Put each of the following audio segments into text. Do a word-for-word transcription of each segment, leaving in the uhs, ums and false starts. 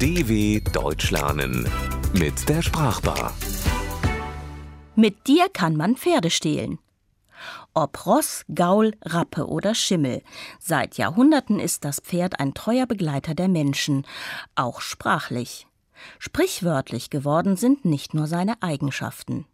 D W Deutsch lernen mit der Sprachbar. Mit dir kann man Pferde stehlen. Ob Ross, Gaul, Rappe oder Schimmel, seit Jahrhunderten ist das Pferd ein treuer Begleiter der Menschen, auch sprachlich. Sprichwörtlich geworden sind nicht nur seine Eigenschaften.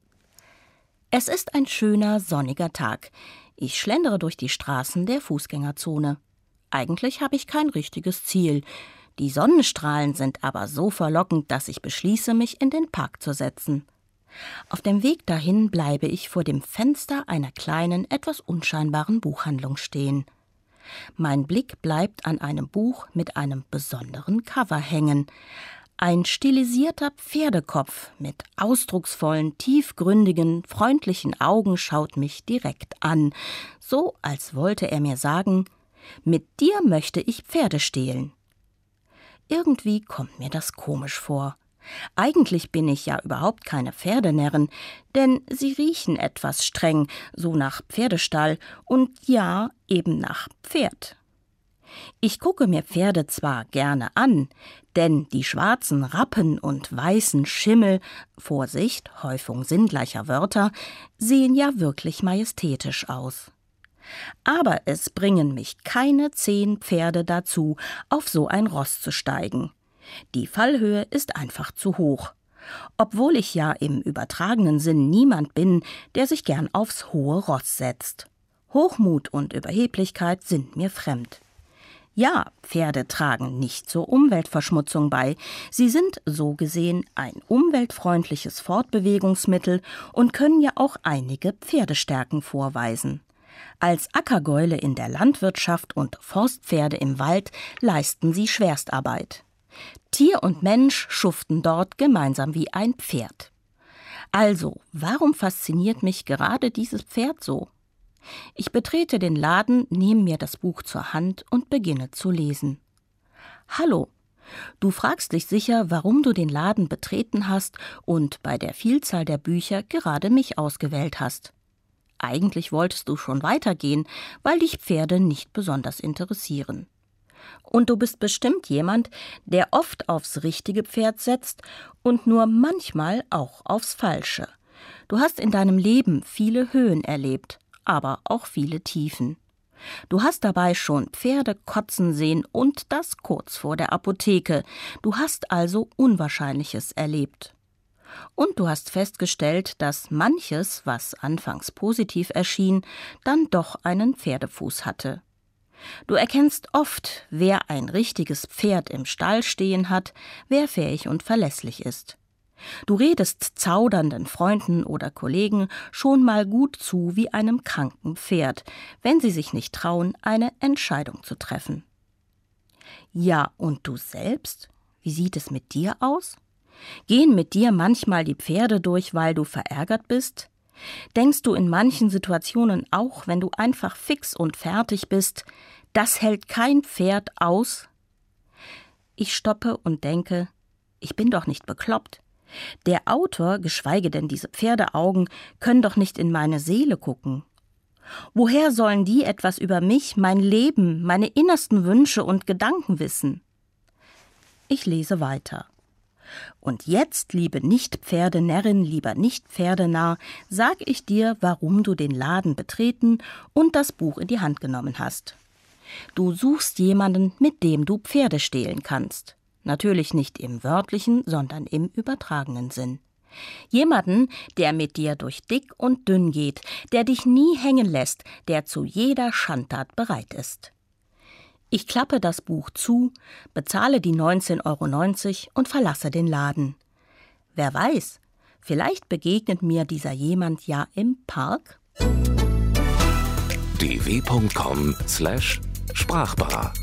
Es ist ein schöner, sonniger Tag. Ich schlendere durch die Straßen der Fußgängerzone. Eigentlich habe ich kein richtiges Ziel. Die Sonnenstrahlen sind aber so verlockend, dass ich beschließe, mich in den Park zu setzen. Auf dem Weg dahin bleibe ich vor dem Fenster einer kleinen, etwas unscheinbaren Buchhandlung stehen. Mein Blick bleibt an einem Buch mit einem besonderen Cover hängen. Ein stilisierter Pferdekopf mit ausdrucksvollen, tiefgründigen, freundlichen Augen schaut mich direkt an, so als wollte er mir sagen: Mit dir möchte ich Pferde stehlen. Irgendwie kommt mir das komisch vor. Eigentlich bin ich ja überhaupt keine Pferdenärrin, denn sie riechen etwas streng, so nach Pferdestall und ja, eben nach Pferd. Ich gucke mir Pferde zwar gerne an, denn die schwarzen Rappen und weißen Schimmel, Vorsicht, Häufung sinngleicher Wörter, sehen ja wirklich majestätisch aus. Aber es bringen mich keine zehn Pferde dazu, auf so ein Ross zu steigen. Die Fallhöhe ist einfach zu hoch, obwohl ich ja im übertragenen Sinn niemand bin, der sich gern aufs hohe Ross setzt. Hochmut und Überheblichkeit sind mir fremd. Ja, Pferde tragen nicht zur Umweltverschmutzung bei. Sie sind so gesehen ein umweltfreundliches Fortbewegungsmittel und können ja auch einige Pferdestärken vorweisen. Als Ackergäule in der Landwirtschaft und Forstpferde im Wald leisten sie Schwerstarbeit. Tier und Mensch schuften dort gemeinsam wie ein Pferd. Also, warum fasziniert mich gerade dieses Pferd so? Ich betrete den Laden, nehme mir das Buch zur Hand und beginne zu lesen. Hallo, du fragst dich sicher, warum du den Laden betreten hast und bei der Vielzahl der Bücher gerade mich ausgewählt hast. Eigentlich wolltest du schon weitergehen, weil dich Pferde nicht besonders interessieren. Und du bist bestimmt jemand, der oft aufs richtige Pferd setzt und nur manchmal auch aufs falsche. Du hast in deinem Leben viele Höhen erlebt, aber auch viele Tiefen. Du hast dabei schon Pferde kotzen sehen und das kurz vor der Apotheke. Du hast also Unwahrscheinliches erlebt. Und du hast festgestellt, dass manches, was anfangs positiv erschien, dann doch einen Pferdefuß hatte. Du erkennst oft, wer ein richtiges Pferd im Stall stehen hat, wer fähig und verlässlich ist. Du redest zaudernden Freunden oder Kollegen schon mal gut zu wie einem kranken Pferd, wenn sie sich nicht trauen, eine Entscheidung zu treffen. Ja, und du selbst? Wie sieht es mit dir aus? Gehen mit dir manchmal die Pferde durch, weil du verärgert bist? Denkst du in manchen Situationen auch, wenn du einfach fix und fertig bist, das hält kein Pferd aus? Ich stoppe und denke, ich bin doch nicht bekloppt. Der Autor, geschweige denn diese Pferdeaugen, können doch nicht in meine Seele gucken. Woher sollen die etwas über mich, mein Leben, meine innersten Wünsche und Gedanken wissen? Ich lese weiter. Und jetzt, liebe Nicht-Pferdenärrin, lieber Nicht-Pferdenarr, sag ich dir, warum du den Laden betreten und das Buch in die Hand genommen hast. Du suchst jemanden, mit dem du Pferde stehlen kannst. Natürlich nicht im wörtlichen, sondern im übertragenen Sinn. Jemanden, der mit dir durch dick und dünn geht, der dich nie hängen lässt, der zu jeder Schandtat bereit ist. Ich klappe das Buch zu, bezahle die neunzehn Euro neunzig und verlasse den Laden. Wer weiß, vielleicht begegnet mir dieser jemand ja im Park? d w punkt com slash Sprachbar